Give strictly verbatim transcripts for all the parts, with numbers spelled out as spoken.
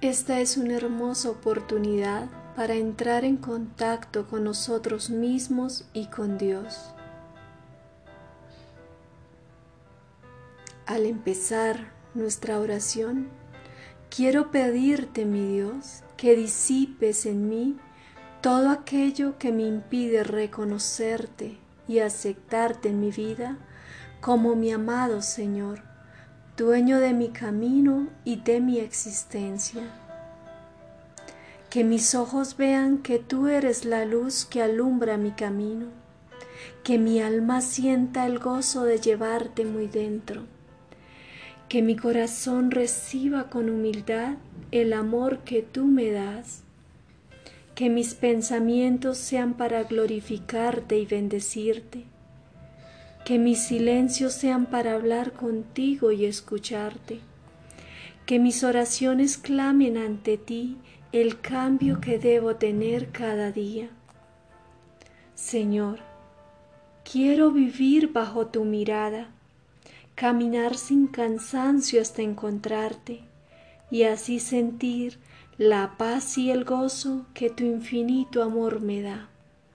Esta es una hermosa oportunidad para entrar en contacto con nosotros mismos y con Dios. Al empezar nuestra oración, quiero pedirte, mi Dios, que disipes en mí todo aquello que me impide reconocerte y aceptarte en mi vida como mi amado Señor, dueño de mi camino y de mi existencia. Que mis ojos vean que tú eres la luz que alumbra mi camino, que mi alma sienta el gozo de llevarte muy dentro, que mi corazón reciba con humildad el amor que tú me das, que mis pensamientos sean para glorificarte y bendecirte, que mis silencios sean para hablar contigo y escucharte, que mis oraciones clamen ante ti el cambio que debo tener cada día. Señor, quiero vivir bajo tu mirada, caminar sin cansancio hasta encontrarte y así sentir la paz y el gozo que tu infinito amor me da.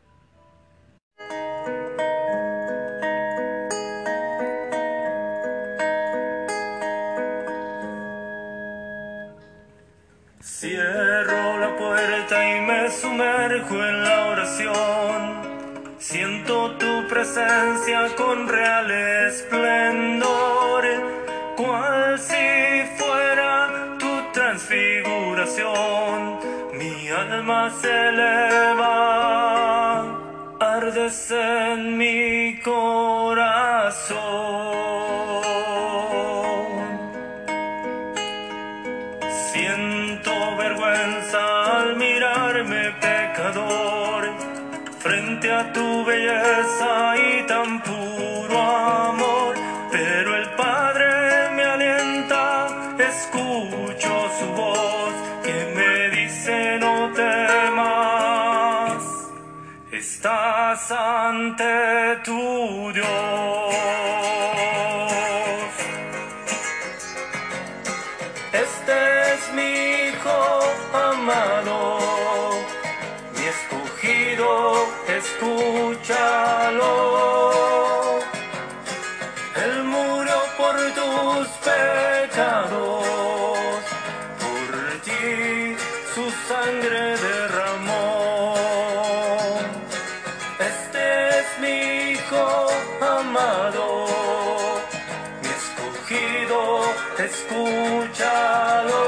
Cierro la puerta y me sumerjo en la oración. Siento tu presencia con real esplendor, cual si fuera tu transfiguración. Mi alma se eleva, ardes en mi corazón. Siento vergüenza al mirarme pecador frente a tu belleza y tan puro amor, pero el Padre me alienta, escucho su voz que me dice no temas, estás ante tu Dios. Este es mi Hijo amado, mi escogido, escúchalo. Él murió por tus pecados, por ti su sangre derramó. Este es mi Hijo amado, mi escogido, escúchalo.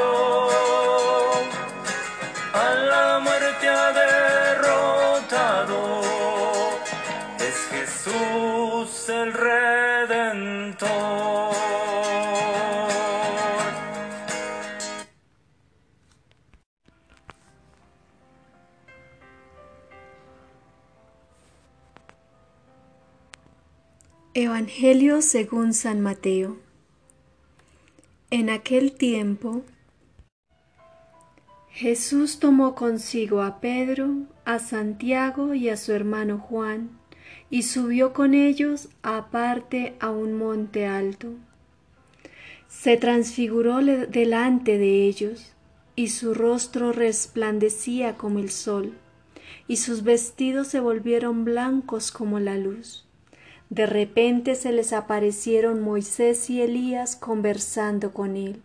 A la muerte ha derrotado, es Jesús el Redentor. Evangelio según San Mateo. En aquel tiempo, Jesús tomó consigo a Pedro, a Santiago y a su hermano Juan, y subió con ellos aparte a un monte alto. Se transfiguró delante de ellos, y su rostro resplandecía como el sol, y sus vestidos se volvieron blancos como la luz. De repente se les aparecieron Moisés y Elías conversando con él.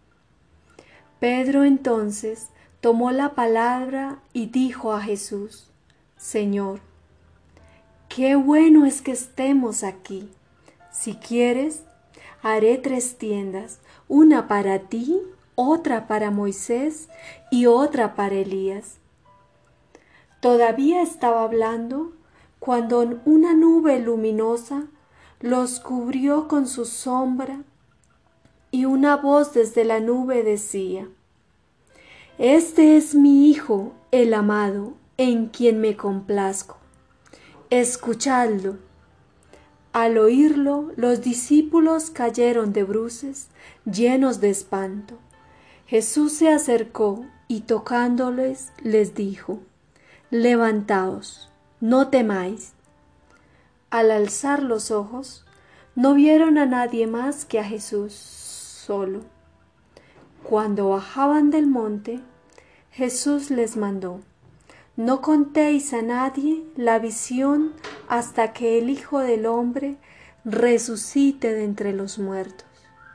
Pedro entonces tomó la palabra y dijo a Jesús: Señor, qué bueno es que estemos aquí. Si quieres, haré tres tiendas, una para ti, otra para Moisés y otra para Elías. Todavía estaba hablando cuando una nube luminosa los cubrió con su sombra y una voz desde la nube decía: Este es mi Hijo, el amado, en quien me complazco. Escuchadlo. Al oírlo, los discípulos cayeron de bruces, llenos de espanto. Jesús se acercó y tocándoles les dijo: Levantaos, no temáis. Al alzar los ojos, no vieron a nadie más que a Jesús solo. Cuando bajaban del monte, Jesús les mandó: no contéis a nadie la visión hasta que el Hijo del Hombre resucite de entre los muertos.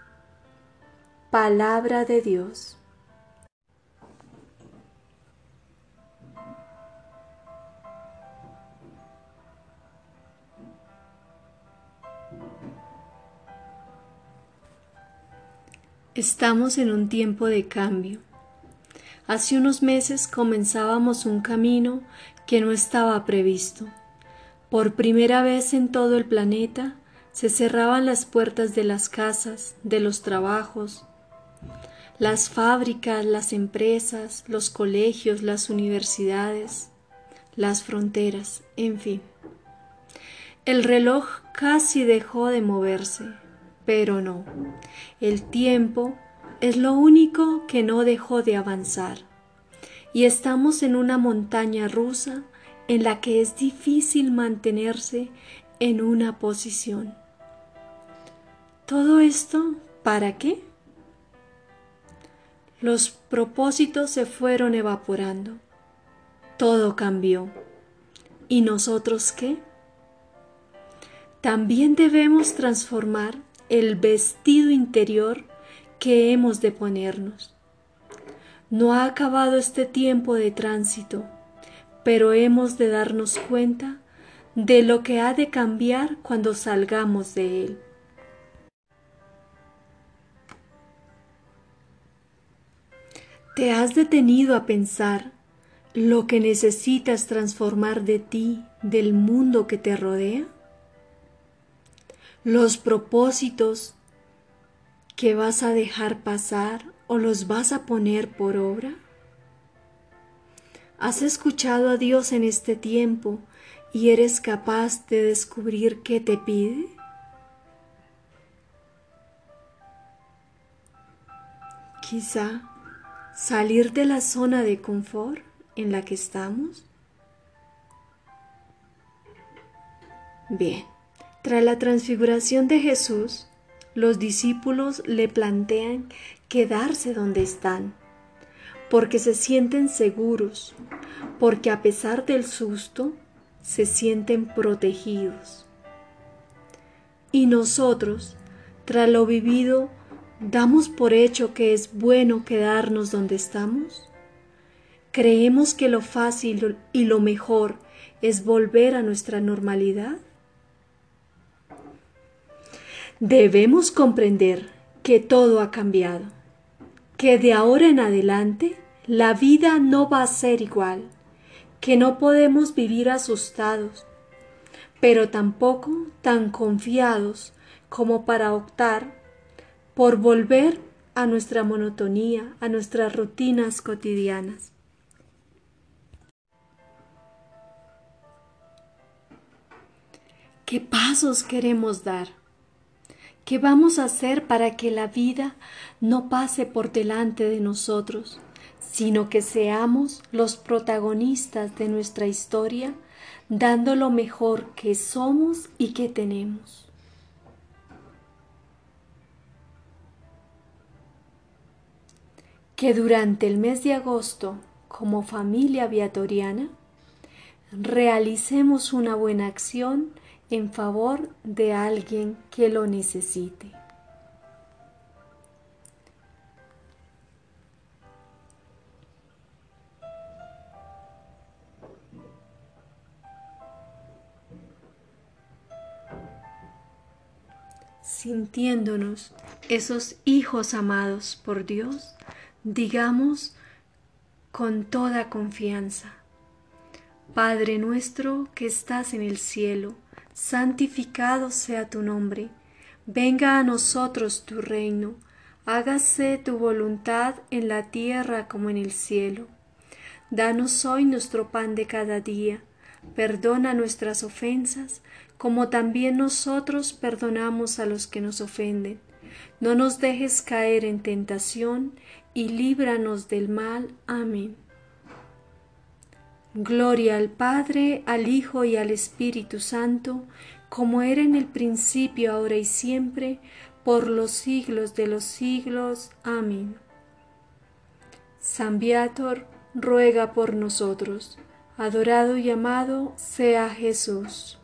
Palabra de Dios. Estamos en un tiempo de cambio. Hace unos meses comenzábamos un camino que no estaba previsto. Por primera vez en todo el planeta se cerraban las puertas de las casas, de los trabajos, las fábricas, las empresas, los colegios, las universidades, las fronteras, en fin. El reloj casi dejó de moverse, pero no. El tiempo es lo único que no dejó de avanzar, y estamos en una montaña rusa en la que es difícil mantenerse en una posición. ¿Todo esto para qué? Los propósitos se fueron evaporando, todo cambió. ¿Y nosotros qué? También debemos transformar el vestido interior que hemos de ponernos. No ha acabado este tiempo de tránsito, pero hemos de darnos cuenta de lo que ha de cambiar cuando salgamos de él. ¿Te has detenido a pensar lo que necesitas transformar de ti, del mundo que te rodea? ¿Los propósitos que vas a dejar pasar o los vas a poner por obra? ¿Has escuchado a Dios en este tiempo y eres capaz de descubrir qué te pide? Quizá salir de la zona de confort en la que estamos. Bien, tras la transfiguración de Jesús, los discípulos le plantean quedarse donde están, porque se sienten seguros, porque a pesar del susto, se sienten protegidos. Y nosotros, tras lo vivido, ¿damos por hecho que es bueno quedarnos donde estamos? ¿Creemos que lo fácil y lo mejor es volver a nuestra normalidad? Debemos comprender que todo ha cambiado, que de ahora en adelante la vida no va a ser igual, que no podemos vivir asustados, pero tampoco tan confiados como para optar por volver a nuestra monotonía, a nuestras rutinas cotidianas. ¿Qué pasos queremos dar? ¿Qué vamos a hacer para que la vida no pase por delante de nosotros, sino que seamos los protagonistas de nuestra historia, dando lo mejor que somos y que tenemos? Que durante el mes de agosto, como familia viatoriana, realicemos una buena acción en favor de alguien que lo necesite. Sintiéndonos esos hijos amados por Dios, digamos con toda confianza: Padre nuestro que estás en el cielo, santificado sea tu nombre. Venga a nosotros tu reino. Hágase tu voluntad en la tierra como en el cielo. Danos hoy nuestro pan de cada día. Perdona nuestras ofensas, como también nosotros perdonamos a los que nos ofenden. No nos dejes caer en tentación, y líbranos del mal. Amén. Gloria al Padre, al Hijo y al Espíritu Santo, como era en el principio, ahora y siempre, por los siglos de los siglos. Amén. San Viator, ruega por nosotros. Adorado y amado sea Jesús.